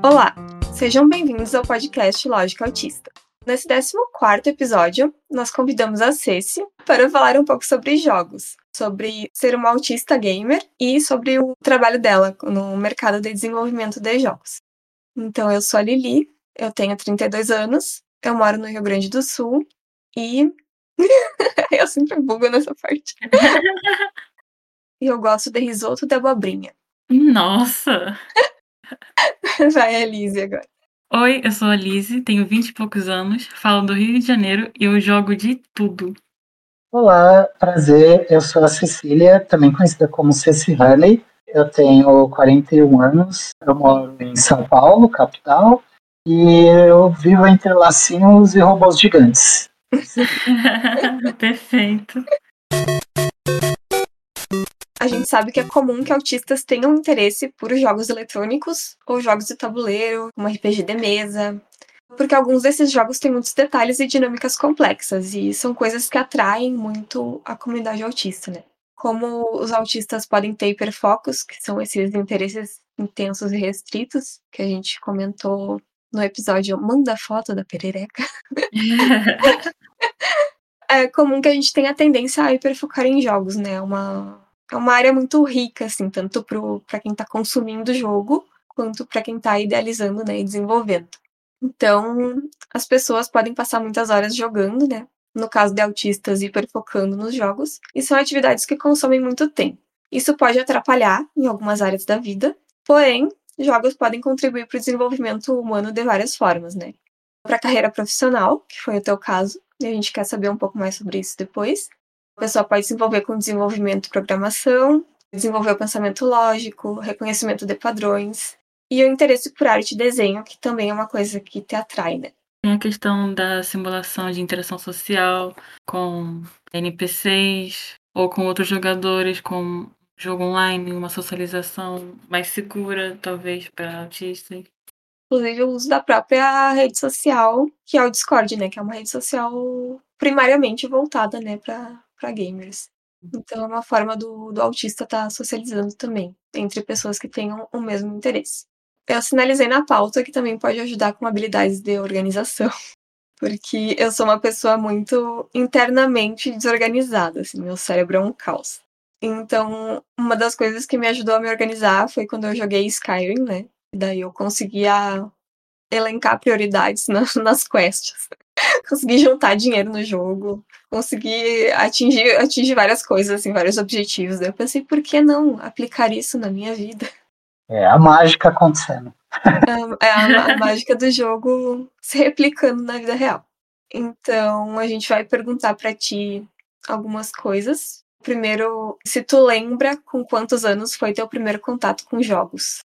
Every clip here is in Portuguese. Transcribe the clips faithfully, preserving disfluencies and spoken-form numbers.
Olá, sejam bem-vindos ao podcast Lógica Autista. Nesse décimo quarto episódio, nós convidamos a Ceci para falar um pouco sobre jogos, sobre ser uma autista gamer e sobre o trabalho dela no mercado de desenvolvimento de jogos. Então, eu sou a Lili, eu tenho trinta e dois anos, eu moro no Rio Grande do Sul e... eu sempre bugo nessa parte. E eu gosto de risoto de abobrinha. Nossa! Vai, a Lizzie agora. Oi, eu sou a Lizzie, tenho vinte e poucos anos, falo do Rio de Janeiro e eu jogo de tudo. Olá, prazer, eu sou a Cecília, também conhecida como Ceci Honey. Eu tenho quarenta e um anos, eu moro em São Paulo, capital, e eu vivo entre lacinhos e robôs gigantes. Perfeito. A gente sabe que é comum que autistas tenham interesse por jogos eletrônicos ou jogos de tabuleiro, como R P G de mesa, porque alguns desses jogos têm muitos detalhes e dinâmicas complexas, e são coisas que atraem muito a comunidade autista, né? Como os autistas podem ter hiperfocos, que são esses interesses intensos e restritos, que a gente comentou no episódio Manda a Foto da Perereca. É comum que a gente tenha a tendência a hiperfocar em jogos, né? Uma, é uma área muito rica, assim, tanto para quem está consumindo o jogo, quanto para quem está idealizando, né, e desenvolvendo. Então, as pessoas podem passar muitas horas jogando, né? No caso de autistas, hiperfocando nos jogos, e são atividades que consomem muito tempo. Isso pode atrapalhar em algumas áreas da vida, porém, jogos podem contribuir para o desenvolvimento humano de várias formas, né? Para a carreira profissional, que foi o teu caso, e a gente quer saber um pouco mais sobre isso depois. A pessoa pode se envolver com desenvolvimento e programação, desenvolver o pensamento lógico, reconhecimento de padrões, e o interesse por arte e desenho, que também é uma coisa que te atrai, né? Tem a questão da simulação de interação social com N P Cs ou com outros jogadores, com jogo online, uma socialização mais segura, talvez, para autistas. Inclusive o uso da própria rede social, que é o Discord, né? Que é uma rede social primariamente voltada, né, para gamers. Então é uma forma do, do autista estar tá socializando também, entre pessoas que tenham o mesmo interesse. Eu sinalizei na pauta que também pode ajudar com habilidades de organização, porque eu sou uma pessoa muito internamente desorganizada, assim, meu cérebro é um caos. Então, uma das coisas que me ajudou a me organizar foi quando eu joguei Skyrim, né? E daí eu conseguia elencar prioridades na, nas quests. Consegui juntar dinheiro no jogo, consegui atingir, atingir várias coisas, assim, vários objetivos. Daí eu pensei, por que não aplicar isso na minha vida? É a mágica acontecendo. É a, a mágica do jogo se replicando na vida real. Então, a gente vai perguntar pra ti algumas coisas. Primeiro, se tu lembra com quantos anos foi teu primeiro contato com jogos?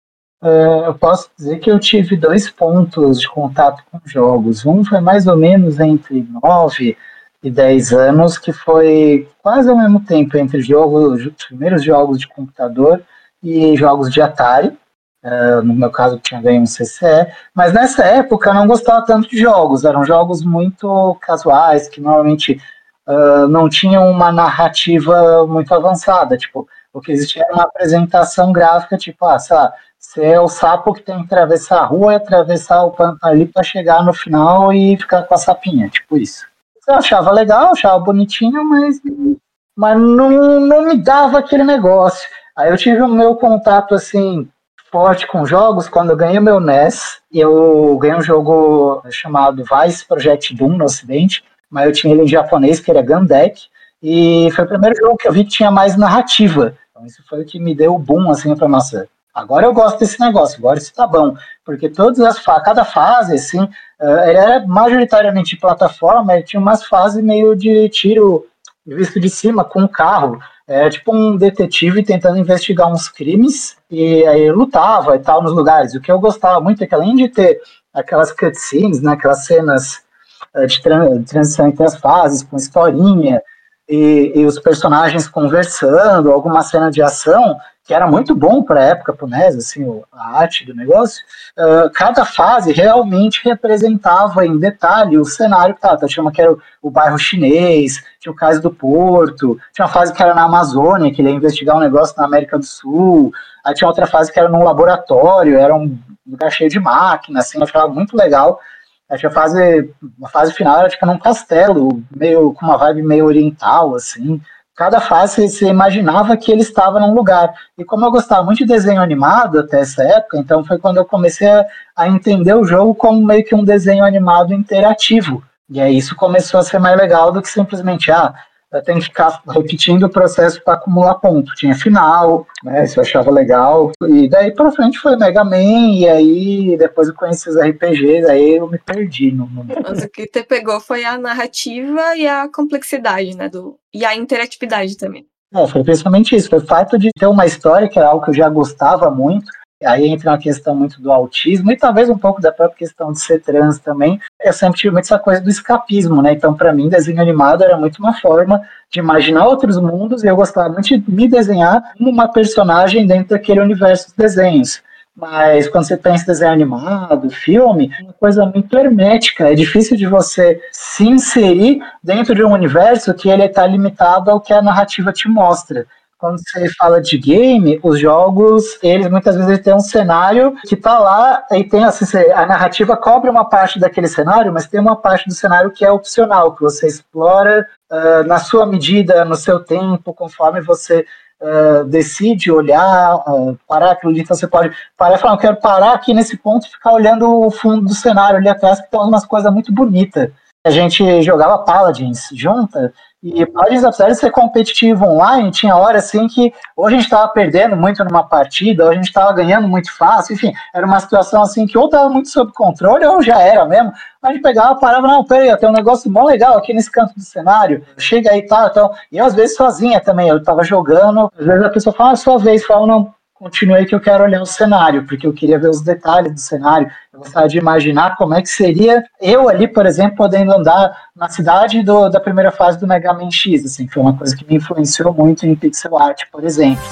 Uh, eu posso dizer que eu tive dois pontos de contato com jogos. Um foi mais ou menos entre nove e dez anos, que foi quase ao mesmo tempo entre jogos, os primeiros jogos de computador e jogos de Atari. Uh, no meu caso, eu tinha ganho um C C E, mas nessa época eu não gostava tanto de jogos, eram jogos muito casuais, que normalmente uh, não tinham uma narrativa muito avançada, tipo, o que existia era uma apresentação gráfica, tipo, ah, sei lá, você é o sapo que tem que atravessar a rua e atravessar o pantano ali para chegar no final e ficar com a sapinha, tipo isso. Eu achava legal, achava bonitinho, mas, mas não, não me dava aquele negócio. Aí eu tive o meu contato, assim, forte com jogos quando eu ganhei o meu N E S. Eu ganhei um jogo chamado Vice Project Doom no ocidente, mas eu tinha ele em japonês, que era Gundek, e foi o primeiro jogo que eu vi que tinha mais narrativa. Então isso foi o que me deu o boom, assim, pra nossa... Agora eu gosto desse negócio, agora isso tá bom, porque todas as fa- cada fase, assim, uh, ele era majoritariamente de plataforma, ele tinha umas fases meio de tiro visto de cima com o carro, é tipo um detetive tentando investigar uns crimes, e aí lutava e tal nos lugares. O que eu gostava muito é que além de ter aquelas cutscenes, né, aquelas cenas uh, de, tran- de transição entre as fases, com historinha, e, e os personagens conversando, alguma cena de ação, que era muito bom para a época pro N E S, assim, a arte do negócio, uh, cada fase realmente representava em detalhe o cenário que estava. Tinha uma que era o, o bairro chinês, tinha o Cais do Porto, tinha uma fase que era na Amazônia, que ele ia investigar um negócio na América do Sul, aí tinha outra fase que era num laboratório, era um lugar cheio de máquinas, assim, eu achava muito legal. Acho que a fase, a fase final era tipo num castelo, meio, com uma vibe meio oriental, assim. Cada fase você imaginava que ele estava num lugar. E como eu gostava muito de desenho animado até essa época, então foi quando eu comecei a, a entender o jogo como meio que um desenho animado interativo. E aí isso começou a ser mais legal do que simplesmente, ah, eu tenho que ficar repetindo o processo para acumular ponto. Tinha final, né, isso eu achava legal. E daí pra frente foi Mega Man, e aí depois eu conheci os R P Gs, aí eu me perdi no mundo. Mas o que te pegou foi a narrativa e a complexidade, né? Do... E a interatividade também. É, foi principalmente isso, foi o fato de ter uma história que era algo que eu já gostava muito. Aí entra uma questão muito do autismo e talvez um pouco da própria questão de ser trans também. Eu sempre tive muito essa coisa do escapismo, né? Então, para mim, desenho animado era muito uma forma de imaginar outros mundos e eu gostava muito de me desenhar como uma personagem dentro daquele universo dos desenhos. Mas quando você pensa em desenho animado, filme, é uma coisa muito hermética. É difícil de você se inserir dentro de um universo que ele está limitado ao que a narrativa te mostra. Quando você fala de game, os jogos, eles muitas vezes têm um cenário que tá lá e tem assim, a narrativa cobre uma parte daquele cenário, mas tem uma parte do cenário que é opcional, que você explora uh, na sua medida, no seu tempo, conforme você uh, decide olhar, uh, parar aquilo ali. Então você pode parar e falar, eu quero parar aqui nesse ponto e ficar olhando o fundo do cenário ali atrás, que tem umas coisas muito bonitas. A gente jogava Paladins junta, e Paladins, apesar de ser competitivo online, tinha hora assim que ou a gente estava perdendo muito numa partida, ou a gente estava ganhando muito fácil, enfim, era uma situação assim que ou estava muito sob controle, ou já era mesmo. A gente pegava, parava, não, peraí, tem um negócio mó legal aqui nesse canto do cenário, chega aí e tal, então, e eu às vezes sozinha também, eu estava jogando, às vezes a pessoa fala, ah, sua vez, fala, não, continue aí que eu quero olhar o cenário, porque eu queria ver os detalhes do cenário, eu gostava de imaginar como é que seria eu ali, por exemplo, podendo andar na cidade do, da primeira fase do Mega Man X, assim, foi uma coisa que me influenciou muito em pixel art, por exemplo.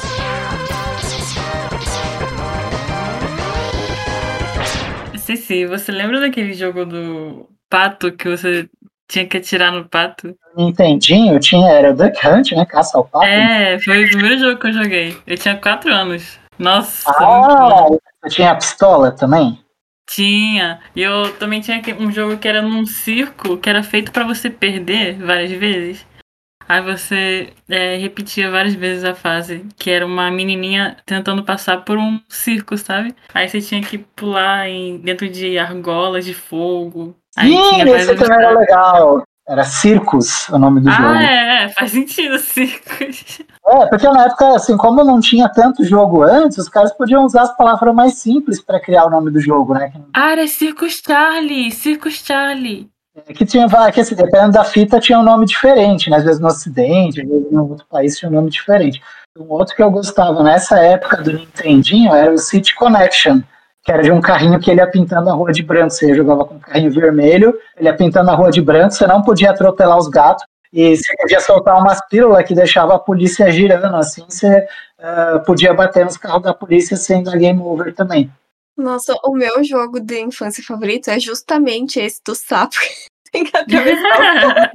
Cici, você lembra daquele jogo do pato que você tinha que atirar no pato? Nintendinho tinha, era o Duck Hunt, né? Caça ao pato. É, foi o primeiro jogo que eu joguei. Eu tinha quatro anos. Nossa, ah, você tinha a pistola também? Tinha. E eu também tinha um jogo que era num circo, que era feito pra você perder várias vezes. Aí você é, repetia várias vezes a fase, que era uma menininha tentando passar por um circo, sabe? Aí você tinha que pular em, dentro de argolas de fogo. Aí Sim, tinha esse também era legal. Era Circus, o nome do ah, jogo. Ah, é, faz sentido, Circus. É, porque na época, assim, como não tinha tanto jogo antes, os caras podiam usar as palavras mais simples para criar o nome do jogo, né? Ah, era Circus Charlie, Circus Charlie. É, que tinha, que assim, dependendo da fita, tinha um nome diferente, né? Às vezes no Ocidente, às vezes no outro país tinha um nome diferente. Um outro que eu gostava nessa época do Nintendinho era o City Connection, que era de um carrinho que ele ia pintando a rua de branco. Você jogava com um carrinho vermelho, ele ia pintando a rua de branco, você não podia atropelar os gatos, e você podia soltar umas pílulas que deixava a polícia girando, assim você uh, podia bater nos carros da polícia sem dar game over também. Nossa, o meu jogo de infância favorito é justamente esse do sapo. Tem que atravessar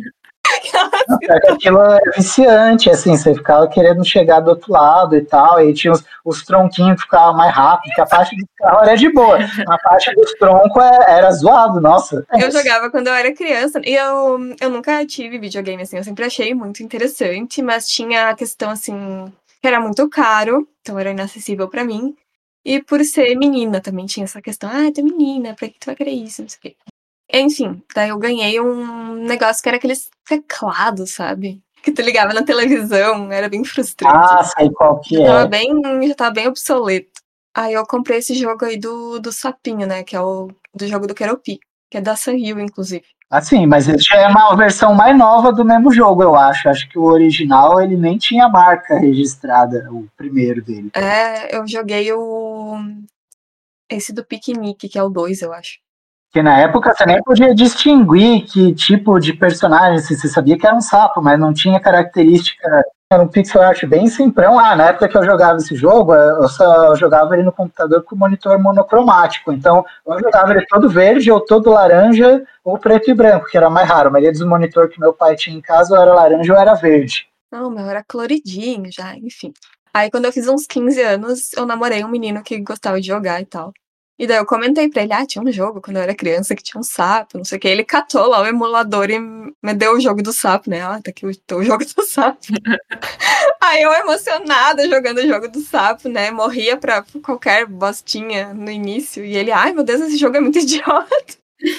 o Aquilo é viciante, assim, você ficava querendo chegar do outro lado e tal, e tinha os, os tronquinhos que ficavam mais rápido, porque a parte do carro era de boa, a parte dos troncos era, era zoado, nossa. Eu jogava quando eu era criança, e eu, eu nunca tive videogame, assim, eu sempre achei muito interessante, mas tinha a questão, assim, que era muito caro, então era inacessível pra mim, e por ser menina também tinha essa questão, ah, tu é menina, pra que tu vai querer isso, não sei o quê. Enfim, daí eu ganhei um negócio que era aqueles teclados, sabe? Que tu ligava na televisão, era bem frustrante. Ah, sei qual que já é. Tava bem, já tava bem obsoleto. Aí eu comprei esse jogo aí do, do sapinho, né? Que é o do jogo do Keropi, que é da Sanrio, inclusive. Assim, mas esse já é uma versão mais nova do mesmo jogo, eu acho. Acho que o original, ele nem tinha marca registrada, o primeiro dele. É, eu joguei o... esse do Piquenique, que é o dois, eu acho. Que na época você nem podia distinguir que tipo de personagem, assim, você sabia que era um sapo, mas não tinha característica, era um pixel art bem simprão. Ah, na época que eu jogava esse jogo, eu só jogava ele no computador com monitor monocromático, então eu jogava ele todo verde, ou todo laranja, ou preto e branco, que era mais raro. A maioria dos monitores que meu pai tinha em casa ou era laranja ou era verde. Não, meu era coloridinho já, enfim. Aí quando eu fiz uns quinze anos, eu namorei um menino que gostava de jogar e tal. E daí eu comentei pra ele, ah, tinha um jogo quando eu era criança que tinha um sapo, não sei o que. Ele catou lá o emulador e me deu o jogo do sapo, né? Ah, tá aqui o, o jogo do sapo. Aí eu emocionada jogando o jogo do sapo, né? Morria pra qualquer bostinha no início. E ele, ai meu Deus, esse jogo é muito idiota.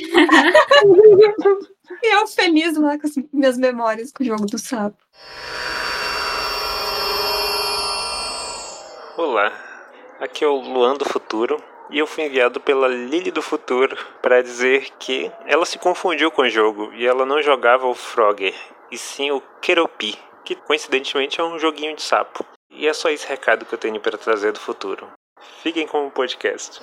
E eu feliz lá com as minhas memórias com o jogo do sapo. Olá, aqui é o Luan do Futuro. E eu fui enviado pela Lily do Futuro para dizer que ela se confundiu com o jogo e ela não jogava o Frogger, e sim o Keroppi, que coincidentemente é um joguinho de sapo. E é só esse recado que eu tenho para trazer do futuro. Fiquem com o podcast.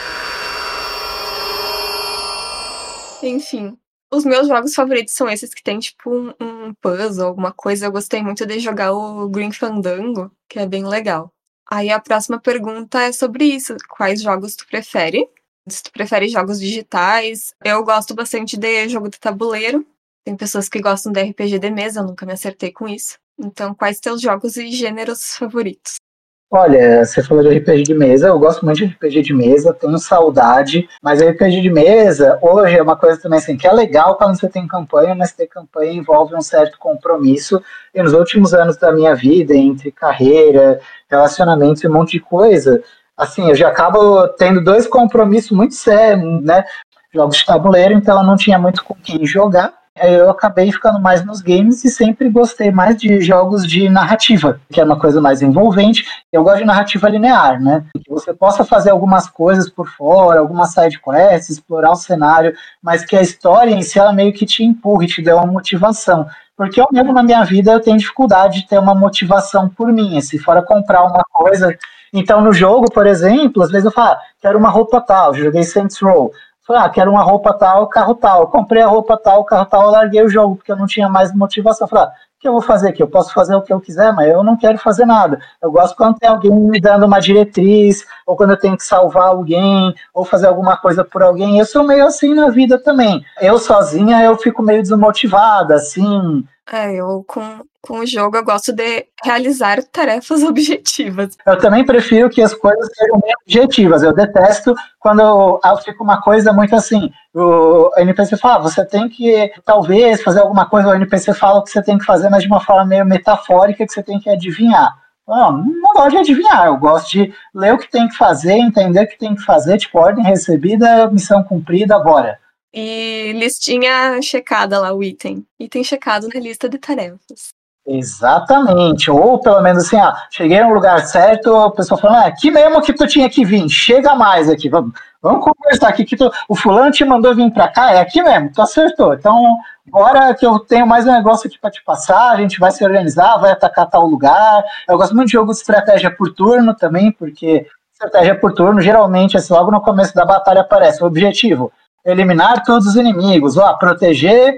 Enfim, os meus jogos favoritos são esses que tem tipo um, um puzzle, alguma coisa. Eu gostei muito de jogar o Grim Fandango, que é bem legal. Aí a próxima pergunta é sobre isso. Quais jogos tu prefere? Se tu prefere jogos digitais, eu gosto bastante de jogo de tabuleiro. Tem pessoas que gostam de R P G de mesa, eu nunca me acertei com isso. Então, quais teus jogos e gêneros favoritos? Olha, você falou de R P G de mesa, eu gosto muito de R P G de mesa, tenho saudade, mas R P G de mesa, hoje é uma coisa também assim, que é legal quando você tem campanha, mas ter campanha envolve um certo compromisso, e nos últimos anos da minha vida, entre carreira, relacionamentos e um monte de coisa, assim, eu já acabo tendo dois compromissos muito sérios, né, jogos de tabuleiro, então eu não tinha muito com quem jogar. Eu acabei ficando mais nos games e sempre gostei mais de jogos de narrativa, que é uma coisa mais envolvente. Eu gosto de narrativa linear, né? Que você possa fazer algumas coisas por fora, algumas side quests, explorar o cenário, mas que a história em si, ela meio que te empurre, te dê uma motivação. Porque eu mesmo na minha vida eu tenho dificuldade de ter uma motivação por mim, se fora comprar uma coisa. Então no jogo, por exemplo, às vezes eu falo, ah, quero uma roupa tal, joguei Saints Row. Falei, ah, quero uma roupa tal, carro tal. Eu comprei a roupa tal, carro tal, eu larguei o jogo, porque eu não tinha mais motivação. Falei, ah, o que eu vou fazer aqui? Eu posso fazer o que eu quiser, mas eu não quero fazer nada. Eu gosto quando tem alguém me dando uma diretriz, ou quando eu tenho que salvar alguém, ou fazer alguma coisa por alguém. Eu sou meio assim na vida também. Eu sozinha, eu fico meio desmotivada, assim. É, eu com, com o jogo eu gosto de realizar tarefas objetivas. Eu também prefiro que as coisas sejam bem objetivas. Eu detesto quando eu, eu fico uma coisa muito assim, o N P C fala, ah, você tem que talvez fazer alguma coisa, o N P C fala o que você tem que fazer, mas de uma forma meio metafórica que você tem que adivinhar. Não, não gosto de adivinhar, eu gosto de ler o que tem que fazer, entender o que tem que fazer, tipo, ordem recebida, missão cumprida, bora. E listinha checada lá, o item. Item checado na lista de tarefas. Exatamente, ou pelo menos assim, ah, cheguei no lugar certo, a pessoa falando, ah, aqui mesmo que tu tinha que vir, chega mais aqui, vamos, vamos conversar aqui, que tu, o fulano te mandou vir pra cá, é aqui mesmo, tu acertou, então bora que eu tenho mais um negócio aqui pra te passar, a gente vai se organizar, vai atacar tal lugar. Eu gosto muito de jogo de estratégia por turno também, porque estratégia por turno, geralmente, assim, logo no começo da batalha aparece o objetivo, eliminar todos os inimigos, ó, proteger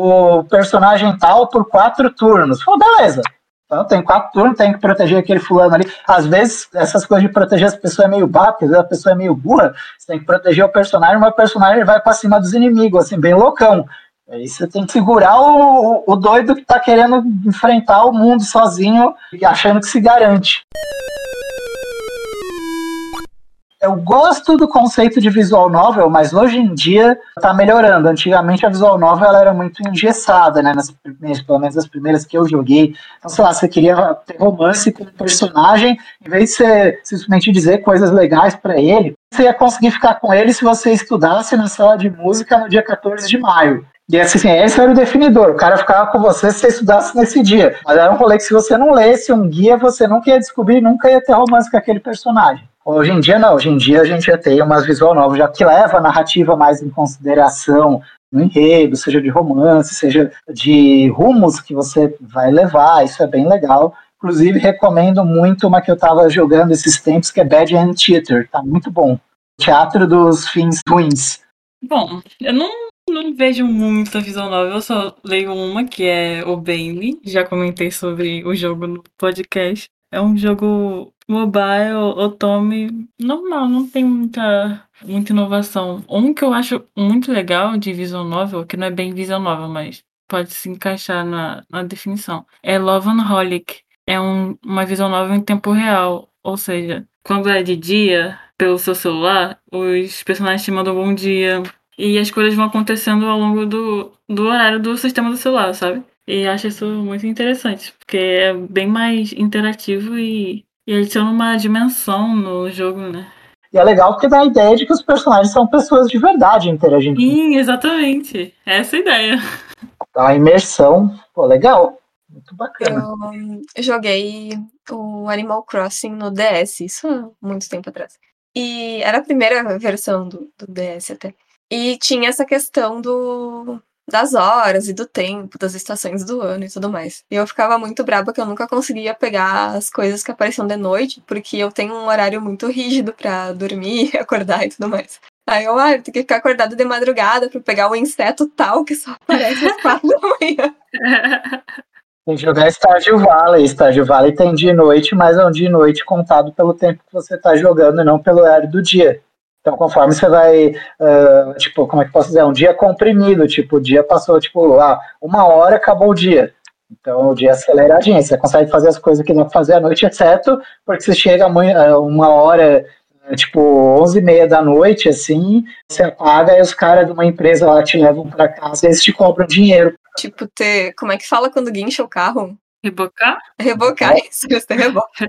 o personagem tal por quatro turnos. Pô, beleza. Então tem quatro turnos, tem que proteger aquele fulano ali. Às vezes, essas coisas de proteger as pessoas é meio básica, às vezes a pessoa é meio burra, você tem que proteger o personagem, mas o personagem vai pra cima dos inimigos, assim, bem loucão. Aí você tem que segurar o, o doido que tá querendo enfrentar o mundo sozinho e achando que se garante. Eu gosto do conceito de visual novel, mas hoje em dia está melhorando. Antigamente a visual novel ela era muito engessada, né? Nas primeiras, pelo menos as primeiras que eu joguei. Então, sei lá, você queria ter romance com o personagem, em vez de você simplesmente dizer coisas legais para ele, você ia conseguir ficar com ele se você estudasse na sala de música no dia quatorze de maio. E assim, esse era o definidor. O cara ficava com você se você estudasse nesse dia. Mas era um rolê que se você não lesse um guia, você nunca ia descobrir, nunca ia ter romance com aquele personagem. Hoje em dia não, hoje em dia a gente já tem umas visual novas já que leva a narrativa mais em consideração no enredo, seja de romance, seja de rumos que você vai levar, isso é bem legal. Inclusive recomendo muito uma que eu estava jogando esses tempos, que é Bad End Theater, tá muito bom. Teatro dos fins ruins. Bom, eu não, não vejo muita visual novel, eu só leio uma que é o Bane. Já comentei sobre o jogo no podcast. É um jogo mobile, otome, normal, não tem muita, muita inovação. Um que eu acho muito legal de visual novel, que não é bem visual novel, mas pode se encaixar na, na definição, é Love Holic. É um, uma visual novel em tempo real, ou seja, quando é de dia, pelo seu celular, os personagens te mandam bom dia e as coisas vão acontecendo ao longo do, do horário do sistema do celular, sabe? E acho isso muito interessante, porque é bem mais interativo e, e adiciona uma dimensão no jogo, né? E é legal porque dá a ideia de que os personagens são pessoas de verdade interagindo. Sim, exatamente. Essa é a ideia. Dá uma imersão, pô, legal. Muito bacana. Eu hum, joguei o Animal Crossing no D S, isso há muito tempo atrás. E era a primeira versão do, do D S até. E tinha essa questão do, das horas e do tempo, das estações do ano e tudo mais. E eu ficava muito braba que eu nunca conseguia pegar as coisas que apareciam de noite, porque eu tenho um horário muito rígido pra dormir, acordar e tudo mais. Aí eu, ah, eu tenho que ficar acordada de madrugada pra pegar o inseto tal que só aparece às quatro da manhã. Tem que jogar Stardew Valley. Stardew Valley tem dia e noite, mas é um dia e noite contado pelo tempo que você está jogando e não pelo horário do dia. Então, conforme você vai, uh, tipo, como é que posso dizer? Um dia comprimido, tipo, o dia passou, tipo, ah, uma hora acabou o dia. Então, o dia é aceleradinho, você consegue fazer as coisas que dá pra fazer à noite, exceto porque você chega uma hora, tipo, onze e meia da noite, assim, você apaga e os caras de uma empresa lá te levam para casa e eles te cobram dinheiro. Tipo, ter. Como é que fala quando guincha o carro? Rebocar? Rebocar, isso, você reboca.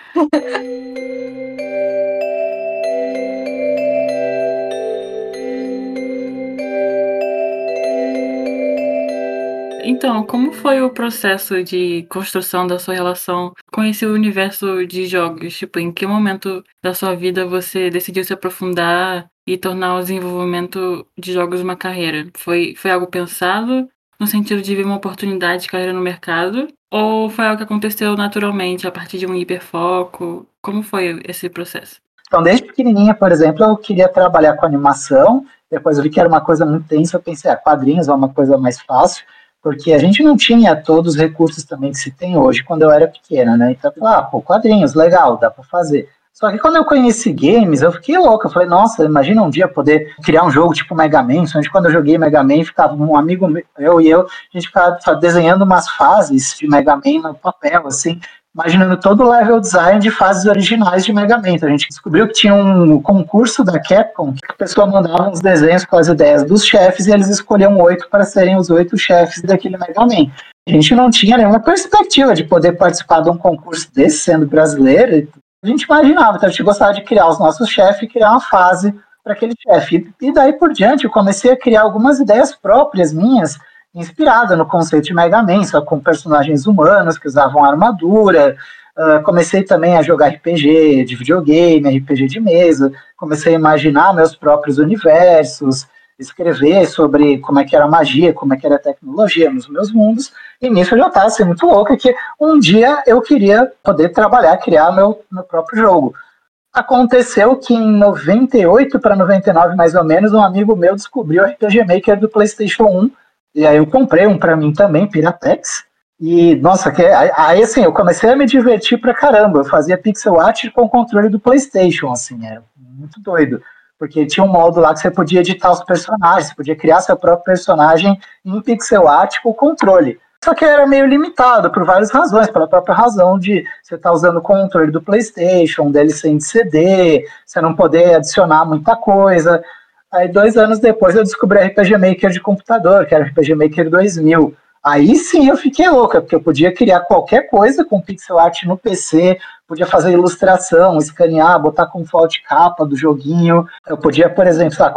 Então, como foi o processo de construção da sua relação com esse universo de jogos? Tipo, em que momento da sua vida você decidiu se aprofundar e tornar o desenvolvimento de jogos uma carreira? Foi, foi algo pensado no sentido de ver uma oportunidade de carreira no mercado? Ou foi algo que aconteceu naturalmente, a partir de um hiperfoco? Como foi esse processo? Então, desde pequenininha, por exemplo, eu queria trabalhar com animação, depois eu vi que era uma coisa muito tensa, eu pensei, ah, quadrinhos é uma coisa mais fácil, porque a gente não tinha todos os recursos também que se tem hoje quando eu era pequena, né? Então, eu falei, ah, pô, quadrinhos, legal, dá para fazer. Só que quando eu conheci games, eu fiquei louco. Eu falei, nossa, imagina um dia poder criar um jogo tipo Mega Man. Somente quando eu joguei Mega Man, ficava um amigo meu, eu e eu, a gente ficava desenhando umas fases de Mega Man no papel, assim, imaginando todo o level design de fases originais de Mega Man. Então, a gente descobriu que tinha um concurso da Capcom, que a pessoa mandava uns desenhos com as ideias dos chefes e eles escolhiam oito para serem os oito chefes daquele Mega Man. A gente não tinha nenhuma perspectiva de poder participar de um concurso desse, sendo brasileiro. A gente imaginava, então a gente gostava de criar os nossos chefes e criar uma fase para aquele chefe. E daí por diante eu comecei a criar algumas ideias próprias minhas, inspirada no conceito de Mega Man, só com personagens humanos que usavam armadura. Uh, comecei também a jogar R P G de videogame, R P G de mesa. Comecei a imaginar meus próprios universos, escrever sobre como é que era a magia, como é que era a tecnologia nos meus mundos. E nisso eu já estava assim, muito louca que um dia eu queria poder trabalhar, criar meu, meu próprio jogo. Aconteceu que em noventa e oito para noventa e nove, mais ou menos, um amigo meu descobriu o R P G Maker do PlayStation um. E aí eu comprei um para mim também, Piratex. E, nossa, que, aí assim, eu comecei a me divertir pra caramba. Eu fazia pixel art com o controle do PlayStation, assim, era muito doido. Porque tinha um modo lá que você podia editar os personagens, você podia criar seu próprio personagem em pixel art com o controle. Só que era meio limitado por várias razões, pela própria razão de você estar usando o controle do PlayStation, dele sem C D, você não poder adicionar muita coisa. Aí, dois anos depois, eu descobri R P G Maker de computador, que era o R P G Maker dois mil. Aí sim eu fiquei louca, porque eu podia criar qualquer coisa com pixel art no P C, podia fazer ilustração, escanear, botar com fonte capa do joguinho. Eu podia, por exemplo, lá,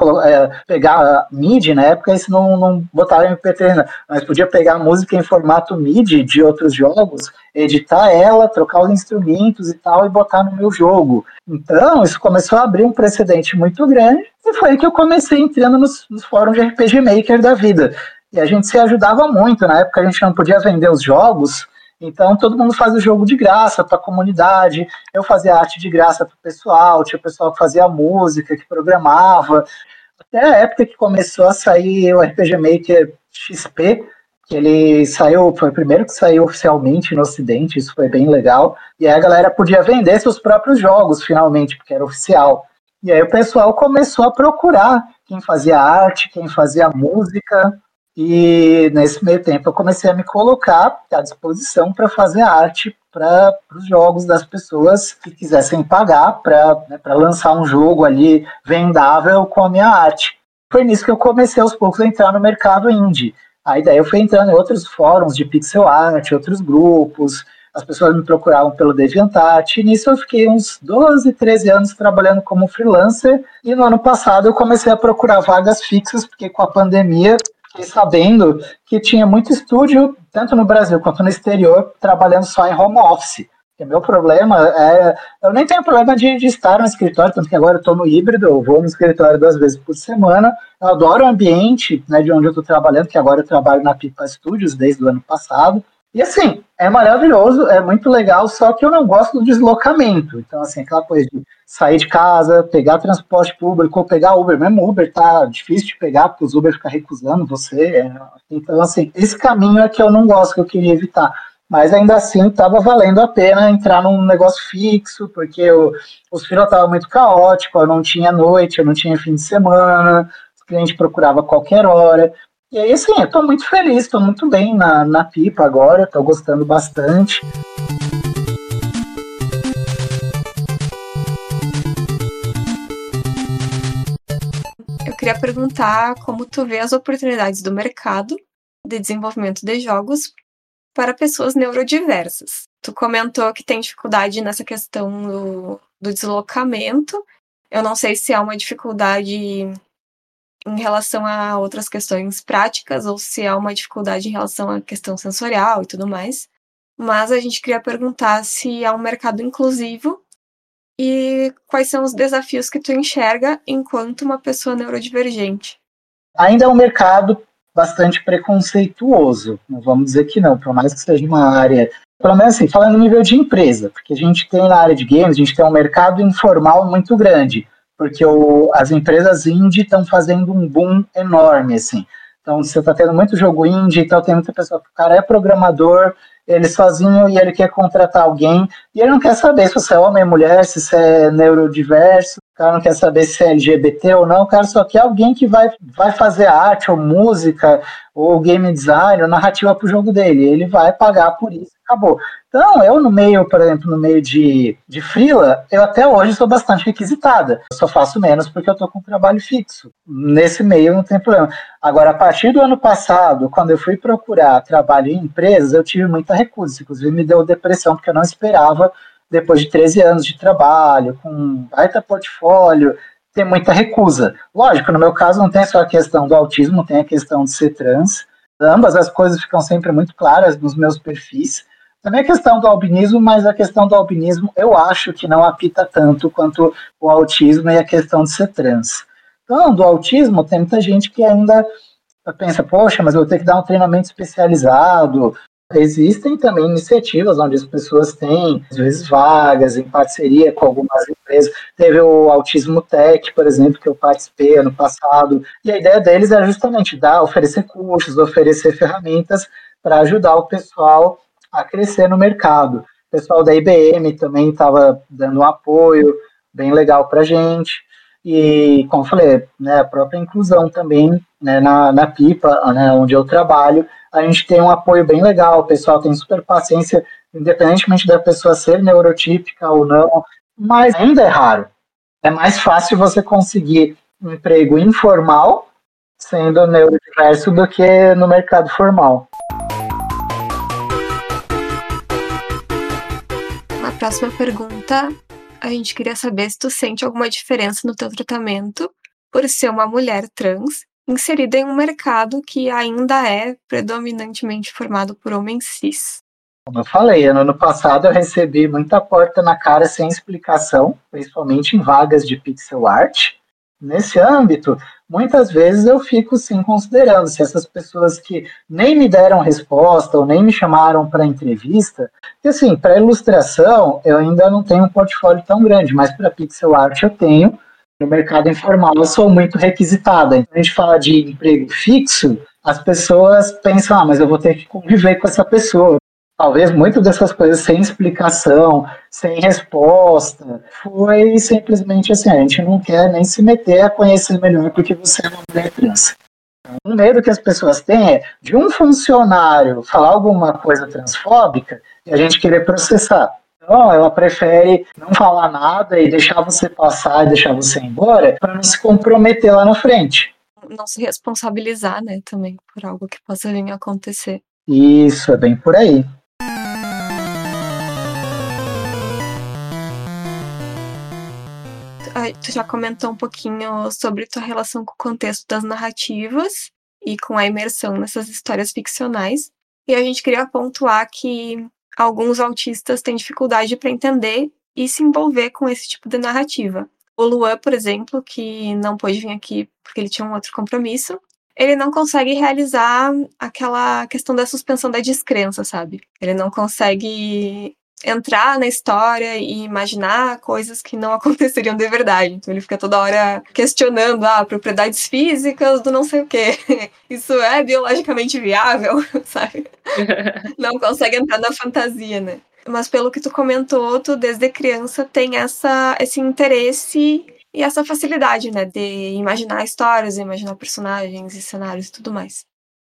pegar M I D I, na época isso não, não botava M P três, mas podia pegar a música em formato M I D I de outros jogos, editar ela, trocar os instrumentos e tal, e botar no meu jogo. Então, isso começou a abrir um precedente muito grande, e foi aí que eu comecei entrando nos, nos fóruns de R P G Maker da vida. E a gente se ajudava muito. Na época a gente não podia vender os jogos, então todo mundo fazia o jogo de graça para a comunidade. Eu fazia arte de graça para o pessoal, tinha o pessoal que fazia música, que programava. Até a época que começou a sair o R P G Maker X P, que ele saiu, foi o primeiro que saiu oficialmente no Ocidente, isso foi bem legal, e aí a galera podia vender seus próprios jogos, finalmente, porque era oficial. E aí o pessoal começou a procurar quem fazia arte, quem fazia música, e nesse meio tempo eu comecei a me colocar à disposição para fazer arte para os jogos das pessoas que quisessem pagar para né, para lançar um jogo ali vendável com a minha arte. Foi nisso que eu comecei aos poucos a entrar no mercado indie. Aí daí eu fui entrando em outros fóruns de pixel art, outros grupos, as pessoas me procuravam pelo DeviantArt, e nisso eu fiquei uns doze, treze anos trabalhando como freelancer, e no ano passado eu comecei a procurar vagas fixas, porque com a pandemia fiquei sabendo que tinha muito estúdio, tanto no Brasil quanto no exterior, trabalhando só em home office. O meu problema é... Eu nem tenho problema de, de estar no escritório, tanto que agora eu estou no híbrido, eu vou no escritório duas vezes por semana. Eu adoro o ambiente, né, de onde eu estou trabalhando, que agora eu trabalho na Pipa Studios desde o ano passado. E assim, é maravilhoso, é muito legal, só que eu não gosto do deslocamento. Então, assim, aquela coisa de sair de casa, pegar transporte público, ou pegar Uber. Mesmo Uber tá difícil de pegar, porque os Uber ficam recusando você. Então, assim, esse caminho é que eu não gosto, que eu queria evitar. Mas ainda assim, estava valendo a pena entrar num negócio fixo, porque eu, os filhos estavam muito caóticos, eu não tinha noite, eu não tinha fim de semana, os clientes procuravam a qualquer hora. E aí, assim, eu tô muito feliz, tô muito bem na, na Pipa agora, tô gostando bastante. Eu queria perguntar como tu vê as oportunidades do mercado de desenvolvimento de jogos para pessoas neurodiversas. Tu comentou que tem dificuldade nessa questão do, do deslocamento. Eu não sei se há uma dificuldade em relação a outras questões práticas ou se há uma dificuldade em relação à questão sensorial e tudo mais. Mas a gente queria perguntar se há um mercado inclusivo e quais são os desafios que tu enxerga enquanto uma pessoa neurodivergente. Ainda é um mercado bastante preconceituoso, não vamos dizer que não, por mais que seja uma área, pelo menos assim, falando no nível de empresa, porque a gente tem na área de games, a gente tem um mercado informal muito grande, porque o, as empresas indie estão fazendo um boom enorme, assim. Então, você está tendo muito jogo indie, então tem muita pessoa que o cara é programador, ele sozinho e ele quer contratar alguém, e ele não quer saber se você é homem ou mulher, se você é neurodiverso, o cara não quer saber se é L G B T ou não, o cara só quer alguém que vai, vai fazer arte ou música, ou game design, ou narrativa para o jogo dele, ele vai pagar por isso, acabou. Então, eu no meio, por exemplo, no meio de, de freela, eu até hoje sou bastante requisitada. Eu só faço menos porque eu estou com um trabalho fixo. Nesse meio não tem problema. Agora, a partir do ano passado, quando eu fui procurar trabalho em empresas, eu tive muita recusa. Inclusive, me deu depressão, porque eu não esperava, depois de treze anos de trabalho, com um baita portfólio, ter muita recusa. Lógico, no meu caso, não tem só a questão do autismo, tem a questão de ser trans. Ambas as coisas ficam sempre muito claras nos meus perfis. Também a questão do albinismo, mas a questão do albinismo eu acho que não apita tanto quanto o autismo e a questão de ser trans. Então, do autismo, tem muita gente que ainda pensa, poxa, mas eu vou ter que dar um treinamento especializado. Existem também iniciativas onde as pessoas têm, às vezes, vagas em parceria com algumas empresas. Teve o Autismo Tech, por exemplo, que eu participei ano passado, e a ideia deles era justamente dar, oferecer cursos, oferecer ferramentas para ajudar o pessoal a crescer no mercado. O pessoal da I B M também estava dando um apoio bem legal para a gente. E, como eu falei, né, a própria inclusão também, né, na, na Pipa, né, onde eu trabalho, a gente tem um apoio bem legal, o pessoal tem super paciência, independentemente da pessoa ser neurotípica ou não, mas ainda é raro. É mais fácil você conseguir um emprego informal sendo neurodiverso do que no mercado formal. Na próxima pergunta, a gente queria saber se tu sente alguma diferença no teu tratamento por ser uma mulher trans inserida em um mercado que ainda é predominantemente formado por homens cis. Como eu falei, no ano passado eu recebi muita porta na cara sem explicação, principalmente em vagas de pixel art. Nesse âmbito, muitas vezes eu fico sim considerando se essas pessoas que nem me deram resposta ou nem me chamaram para entrevista, porque assim, para ilustração eu ainda não tenho um portfólio tão grande, mas para pixel art eu tenho, No mercado informal eu sou muito requisitada. Então, a gente fala de emprego fixo, as pessoas pensam, ah, mas eu vou ter que conviver com essa pessoa. Talvez muitas dessas coisas sem explicação, sem resposta, foi simplesmente assim, a gente não quer nem se meter a conhecer melhor porque você é uma mulher trans. O medo que as pessoas têm é de um funcionário falar alguma coisa transfóbica e a gente querer processar. Então, ela prefere não falar nada e deixar você passar e deixar você ir embora para não se comprometer lá na frente. Não se responsabilizar, né, também, por algo que possa vir a acontecer. Isso, é bem por aí. Tu já comentou um pouquinho sobre tua relação com o contexto das narrativas e com a imersão nessas histórias ficcionais. E a gente queria pontuar que alguns autistas têm dificuldade para entender e se envolver com esse tipo de narrativa. O Luan, por exemplo, que não pôde vir aqui porque ele tinha um outro compromisso, ele não consegue realizar aquela questão da suspensão da descrença, sabe? Ele não consegue entrar na história e imaginar coisas que não aconteceriam de verdade. Então ele fica toda hora questionando ah, propriedades físicas do não sei o quê. Isso é biologicamente viável, sabe? Não consegue entrar na fantasia, né? Mas pelo que tu comentou, tu desde criança tem essa, esse interesse e essa facilidade, né? De imaginar histórias, imaginar personagens e cenários e tudo mais.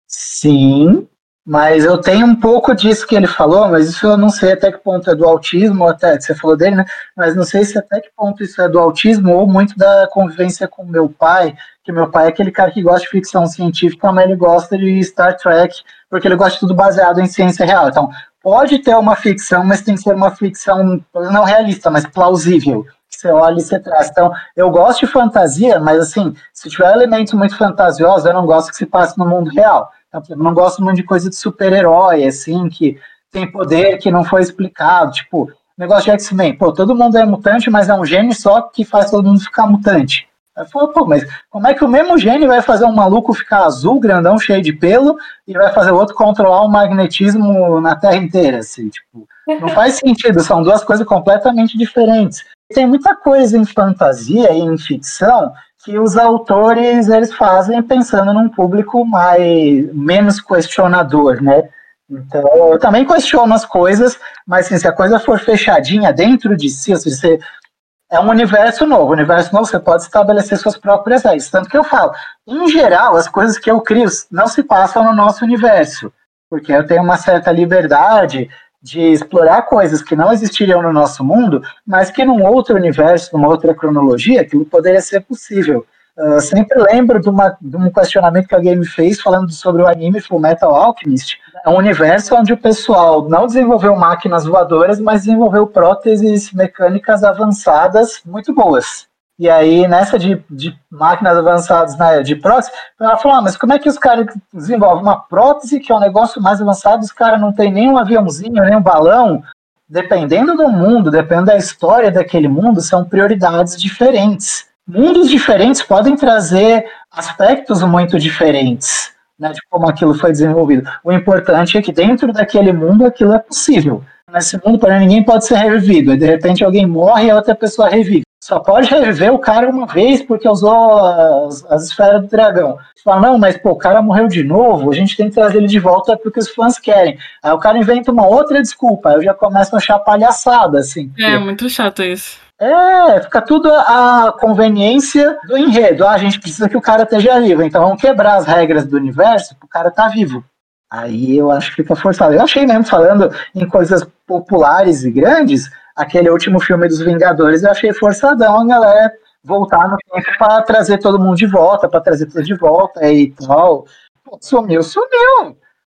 Sim, mas eu tenho um pouco disso que ele falou, mas isso eu não sei até que ponto é do autismo, até que você falou dele, né? Mas não sei se até que ponto isso é do autismo ou muito da convivência com meu pai, que meu pai é aquele cara que gosta de ficção científica, mas ele gosta de Star Trek, porque ele gosta de tudo baseado em ciência real. Então, pode ter uma ficção, mas tem que ser uma ficção não realista, mas plausível. Você olha e você traz. Então, eu gosto de fantasia, mas assim, se tiver elementos muito fantasiosos, eu não gosto que se passe no mundo real. Então, eu não gosto muito de coisa de super-herói, assim, que tem poder que não foi explicado. Tipo, negócio de X-Men. Pô, todo mundo é mutante, mas é um gênio só que faz todo mundo ficar mutante. Aí eu falo, pô, mas como é que o mesmo gênio vai fazer um maluco ficar azul, grandão, cheio de pelo, e vai fazer o outro controlar o magnetismo na Terra inteira, assim, tipo, não faz sentido, são duas coisas completamente diferentes. Tem muita coisa em fantasia e em ficção que os autores eles fazem pensando num público mais, menos questionador, né? Então, eu também questiono as coisas, mas assim, se a coisa for fechadinha dentro de si, se você é um universo novo. O universo novo você pode estabelecer suas próprias regras. Tanto que eu falo, em geral, as coisas que eu crio não se passam no nosso universo. Porque eu tenho uma certa liberdade de explorar coisas que não existiriam no nosso mundo, mas que num outro universo, numa outra cronologia, aquilo poderia ser possível. Eu sempre lembro de, uma, de um questionamento que alguém me fez falando sobre o anime Fullmetal Alchemist. É um universo onde o pessoal não desenvolveu máquinas voadoras, mas desenvolveu próteses mecânicas avançadas muito boas. E aí, nessa de, de máquinas avançadas, né, de prótese, ela falou, ah, mas como é que os caras desenvolvem uma prótese que é um negócio mais avançado, os caras não tem nem um aviãozinho, nem um balão? Dependendo do mundo, dependendo da história daquele mundo, são prioridades diferentes. Mundos diferentes podem trazer aspectos muito diferentes, né, de como aquilo foi desenvolvido. O importante é que dentro daquele mundo aquilo é possível. Nesse mundo, para ninguém pode ser revivido. E de repente alguém morre e a outra pessoa revive. Só pode reviver o cara uma vez porque usou as, as esferas do dragão. Você fala, não, mas pô, o cara morreu de novo, a gente tem que trazer ele de volta porque os fãs querem. Aí o cara inventa uma outra desculpa, aí eu já começo a achar palhaçada, assim. É, porque... muito chato isso. É, fica tudo a conveniência do enredo. Ah, a gente precisa que o cara esteja vivo, então vamos quebrar as regras do universo para o cara estar vivo. Aí eu acho que fica forçado. Eu achei mesmo, falando em coisas populares e grandes, aquele último filme dos Vingadores, eu achei forçadão a galera voltar no tempo para trazer todo mundo de volta, para trazer tudo de volta e tal. Pô, sumiu, sumiu.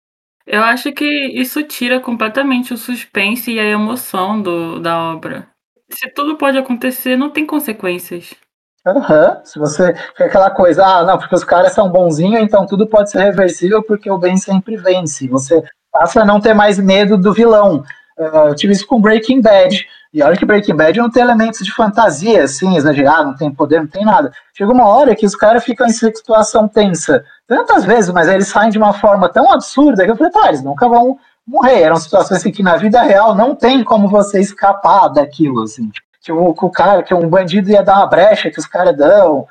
Eu acho que isso tira completamente o suspense e a emoção do, da obra. Se tudo pode acontecer, não tem consequências. Aham, uhum. Se você quer aquela coisa, ah, não, porque os caras são bonzinhos, então tudo pode ser reversível porque o bem sempre vence. Você passa a não ter mais medo do vilão. Uh, eu tive isso com Breaking Bad. E olha que Breaking Bad não tem elementos de fantasia, assim, exagerado, não tem poder, não tem nada. Chega uma hora que os caras ficam em situação tensa. Tantas vezes, mas eles saem de uma forma tão absurda que eu falei, tá, eles nunca vão morrer. Eram situações assim, que na vida real não tem como você escapar daquilo, assim. que o, que o cara, que um bandido ia dar uma brecha que os caras dão.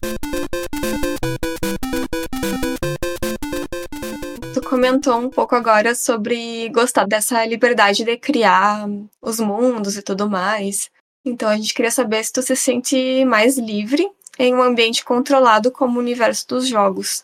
Tu comentou um pouco agora sobre gostar dessa liberdade de criar os mundos e tudo mais. Então a gente queria saber se tu se sente mais livre em um ambiente controlado como o universo dos jogos.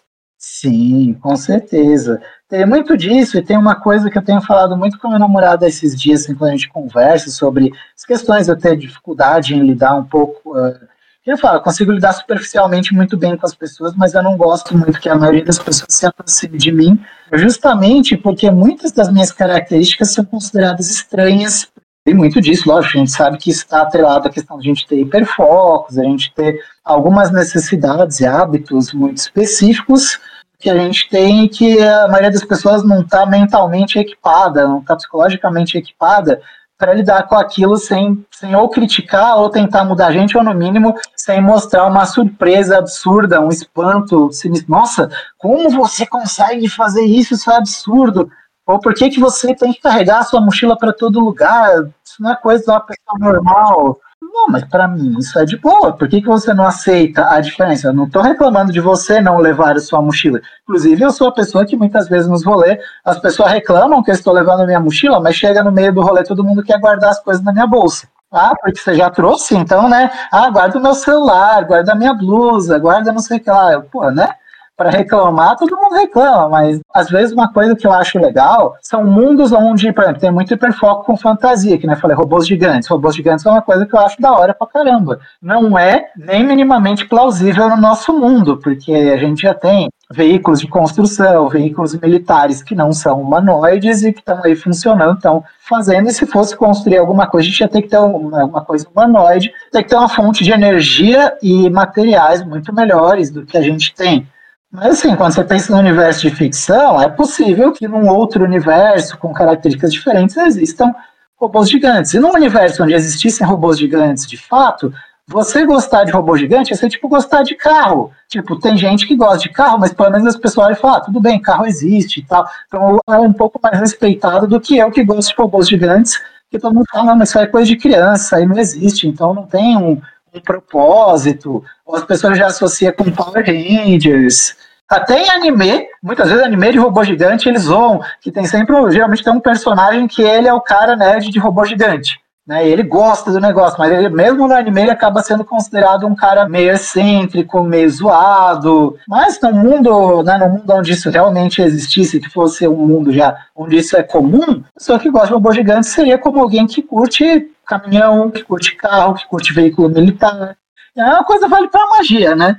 Sim, com certeza. Tem muito disso, e tem uma coisa que eu tenho falado muito com a minha namorada esses dias, assim, quando a gente conversa sobre as questões de eu ter dificuldade em lidar um pouco. Uh, eu falo, eu consigo lidar superficialmente muito bem com as pessoas, mas eu não gosto muito que a maioria das pessoas se aproxime de mim, justamente porque muitas das minhas características são consideradas estranhas. Tem muito disso, lógico, a gente sabe que isso está atrelado à questão de a gente ter hiperfocos, a gente ter algumas necessidades e hábitos muito específicos que a gente tem, que a maioria das pessoas não está mentalmente equipada, não está psicologicamente equipada para lidar com aquilo sem, sem ou criticar ou tentar mudar a gente, ou no mínimo sem mostrar uma surpresa absurda, um espanto sinistro. Nossa, como você consegue fazer isso? Isso é absurdo. Ou por que, que você tem que carregar a sua mochila para todo lugar? Isso não é coisa de uma pessoa normal. Não, mas para mim isso é de boa. Por que, que você não aceita a diferença? Eu não estou reclamando de você não levar a sua mochila. Inclusive, eu sou a pessoa que muitas vezes nos rolês as pessoas reclamam que eu estou levando a minha mochila, mas chega no meio do rolê, todo mundo quer guardar as coisas na minha bolsa. Ah, porque você já trouxe? Então, né? Ah, guarda o meu celular, guarda a minha blusa, guarda não sei o que lá. Eu, pô, né? Para reclamar, todo mundo reclama, mas às vezes uma coisa que eu acho legal são mundos onde, por exemplo, tem muito hiperfoco com fantasia, que né, eu falei, robôs gigantes. Robôs gigantes é uma coisa que eu acho da hora pra caramba. Não é nem minimamente plausível no nosso mundo, porque a gente já tem veículos de construção, veículos militares que não são humanoides e que estão aí funcionando, estão fazendo, e se fosse construir alguma coisa, a gente ia ter que ter uma, uma coisa humanoide, tem que ter uma fonte de energia e materiais muito melhores do que a gente tem. Mas assim, quando você pensa no universo de ficção, é possível que num outro universo com características diferentes existam robôs gigantes. E num universo onde existissem robôs gigantes de fato, você gostar de robô gigante é ser tipo gostar de carro. Tipo, tem gente que gosta de carro, mas pelo menos as pessoas olham e falam, ah, tudo bem, carro existe e tal. Então é um pouco mais respeitado do que eu que gosto de robôs gigantes, que todo mundo fala, não, mas isso é coisa de criança, aí não existe, então não tem um, um propósito. Ou as pessoas já associam com Power Rangers. Até em anime, muitas vezes anime de robô gigante, eles zoam, que tem sempre, geralmente tem um personagem que ele é o cara nerd de robô gigante, né, e ele gosta do negócio, mas ele, mesmo no anime ele acaba sendo considerado um cara meio excêntrico, meio zoado, mas no mundo, né, no mundo onde isso realmente existisse, que fosse um mundo já onde isso é comum, a pessoa que gosta de robô gigante seria como alguém que curte caminhão, que curte carro, que curte veículo militar. É uma coisa vale pra magia, né?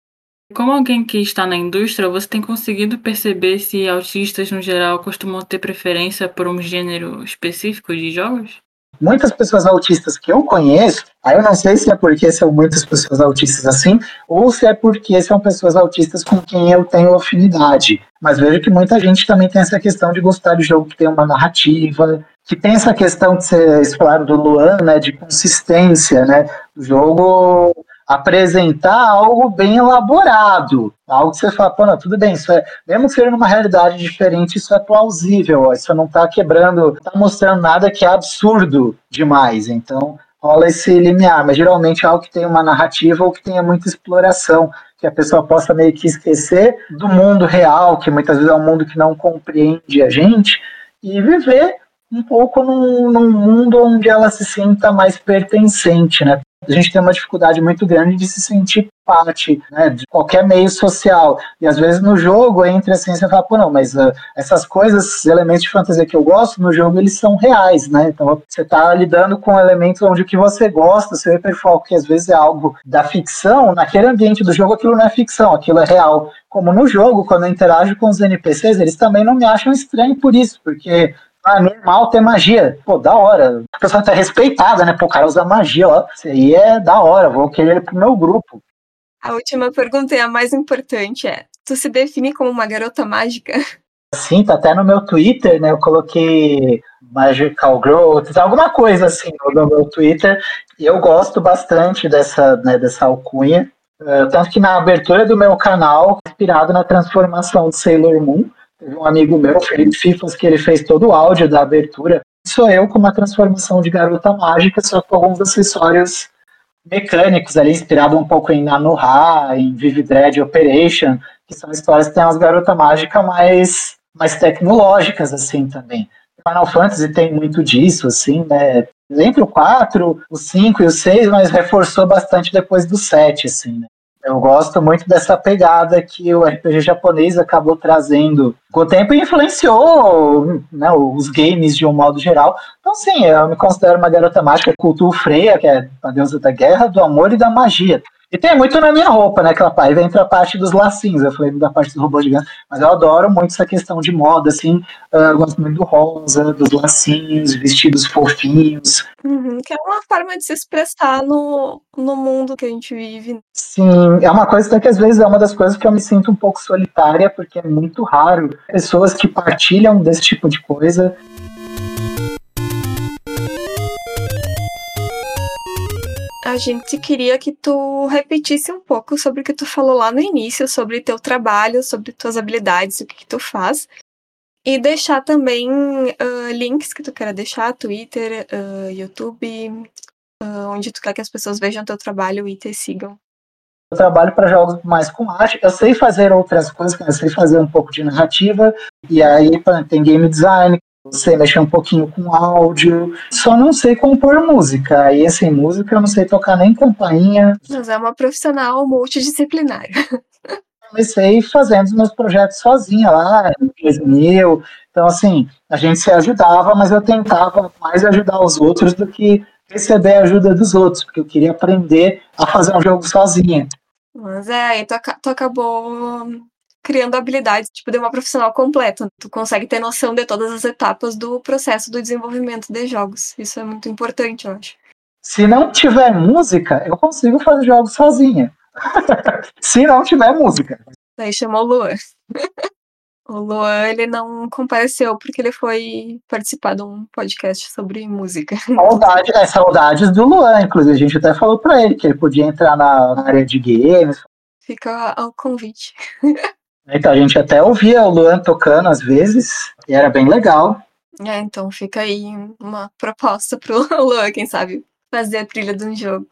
Como alguém que está na indústria, você tem conseguido perceber se autistas, no geral, costumam ter preferência por um gênero específico de jogos? Muitas pessoas autistas que eu conheço, aí eu não sei se é porque são muitas pessoas autistas assim, ou se é porque são pessoas autistas com quem eu tenho afinidade. Mas vejo que muita gente também tem essa questão de gostar de jogo que tem uma narrativa, que tem essa questão que vocês falaram do Luan, né, de consistência, né, do jogo apresentar algo bem elaborado, algo que você fala, pô, não, tudo bem, isso é, mesmo que seja numa realidade diferente, isso é plausível, ó, isso não está quebrando, não está mostrando nada que é absurdo demais, então rola esse limiar, mas geralmente é algo que tem uma narrativa ou que tenha muita exploração, que a pessoa possa meio que esquecer do mundo real, que muitas vezes é um mundo que não compreende a gente, e viver um pouco num, num mundo onde ela se sinta mais pertencente, né? A gente tem uma dificuldade muito grande de se sentir parte, né, de qualquer meio social. E às vezes no jogo entra assim, você fala, pô, não, mas uh, essas coisas, esses elementos de fantasia que eu gosto, no jogo eles são reais, né? Então você está lidando com elementos onde o que você gosta, o seu hiperfoco, que às vezes é algo da ficção, naquele ambiente do jogo aquilo não é ficção, aquilo é real. Como no jogo, quando eu interajo com os N P Cs, eles também não me acham estranho por isso, porque ah, normal ter magia. Pô, da hora. A pessoa tá respeitada, né? Pô, o cara usa magia, ó. Isso aí é da hora, vou querer ele pro meu grupo. A última pergunta e a mais importante é, tu se define como uma garota mágica? Sim, tá até no meu Twitter, né? Eu coloquei Magical Growth, alguma coisa assim no meu Twitter. E eu gosto bastante dessa, né, dessa alcunha. Uh, tanto que na abertura do meu canal, inspirado na transformação de Sailor Moon, teve um amigo meu, Felipe Fifas, que ele fez todo o áudio da abertura Sou eu com uma transformação de garota mágica, só com alguns acessórios mecânicos ali, inspirado um pouco em Nanoha, em Vivid Dread Operation, que são histórias que tem umas garotas mágicas mais, mais tecnológicas, assim, também. Final Fantasy tem muito disso, assim, né? Entre o quatro, o cinco e o seis, mas reforçou bastante depois do sete, assim, né? Eu gosto muito dessa pegada que o R P G japonês acabou trazendo com o tempo e influenciou, né, os games de um modo geral. Então, sim, eu me considero uma garota mágica, cultuo Freya, que é a deusa da guerra, do amor e da magia. E tem muito na minha roupa, né? Aquela parte, vem pra parte dos lacinhos, eu falei da parte dos robôs gigantes, mas eu adoro muito essa questão de moda, assim, uh, eu gosto muito do rosa, dos lacinhos, vestidos fofinhos. Uhum, que é uma forma de se expressar no, no mundo que a gente vive. Sim, é uma coisa que às vezes é uma das coisas que eu me sinto um pouco solitária, porque é muito raro pessoas que partilham desse tipo de coisa. A gente queria que tu repetisse um pouco sobre o que tu falou lá no início, sobre teu trabalho, sobre tuas habilidades, o que, que tu faz. E deixar também uh, links que tu queira deixar, Twitter, uh, YouTube, uh, onde tu quer que as pessoas vejam teu trabalho e te sigam. Eu trabalho para jogos mais com arte, eu sei fazer outras coisas, eu sei fazer um pouco de narrativa, e aí tem game design, eu sei mexer um pouquinho com áudio, só não sei compor música, aí assim, música eu não sei tocar nem campainha. Mas é uma profissional multidisciplinar. Comecei fazendo os meus projetos sozinha lá, em dois mil, então assim, a gente se ajudava, mas eu tentava mais ajudar os outros do que receber a ajuda dos outros, porque eu queria aprender a fazer um jogo sozinha. Mas é, aí tu, tu acabou criando habilidades, tipo, de uma profissional completa. Tu consegue ter noção de todas as etapas do processo do desenvolvimento de jogos. Isso é muito importante, eu acho. Se não tiver música, eu consigo fazer jogos sozinha. Se não tiver música. Daí chamou o Luan. O Luan, ele não compareceu porque ele foi participar de um podcast sobre música. Saudade, é, saudades do Luan, inclusive. A gente até falou pra ele que ele podia entrar na área de games. Fica ao convite. Então, a gente até ouvia o Luan tocando às vezes, e era bem legal. É, então fica aí uma proposta pro Luan, quem sabe, fazer a trilha de um jogo.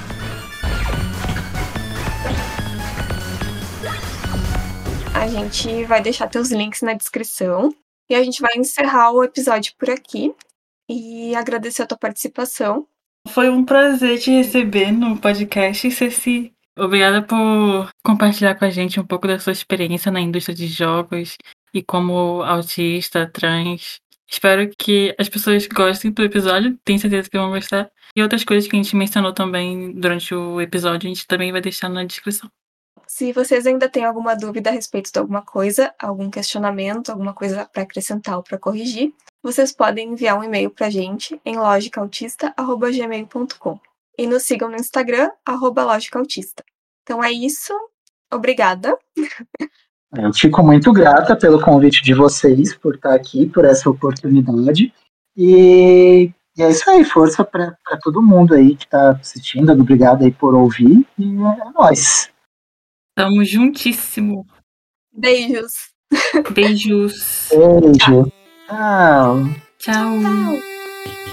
A gente vai deixar teus links na descrição e a gente vai encerrar o episódio por aqui e agradecer a tua participação. Foi um prazer te receber no podcast, Ceci. Obrigada por compartilhar com a gente um pouco da sua experiência na indústria de jogos e como autista, trans. Espero que as pessoas gostem do episódio, tenho certeza que vão gostar. E outras coisas que a gente mencionou também durante o episódio, a gente também vai deixar na descrição. Se vocês ainda têm alguma dúvida a respeito de alguma coisa, algum questionamento, alguma coisa para acrescentar ou para corrigir, vocês podem enviar um e-mail para a gente em logicautista arroba gmail ponto com e nos sigam no Instagram, arroba logicautista. Então é isso. Obrigada. Eu fico muito grata pelo convite de vocês, por estar aqui, por essa oportunidade. E, e é isso aí, força para todo mundo aí que está assistindo. Obrigado aí por ouvir. E é nóis. Tamo juntíssimo. Beijos. Beijos. Beijo. Tchau. Tchau. Tchau.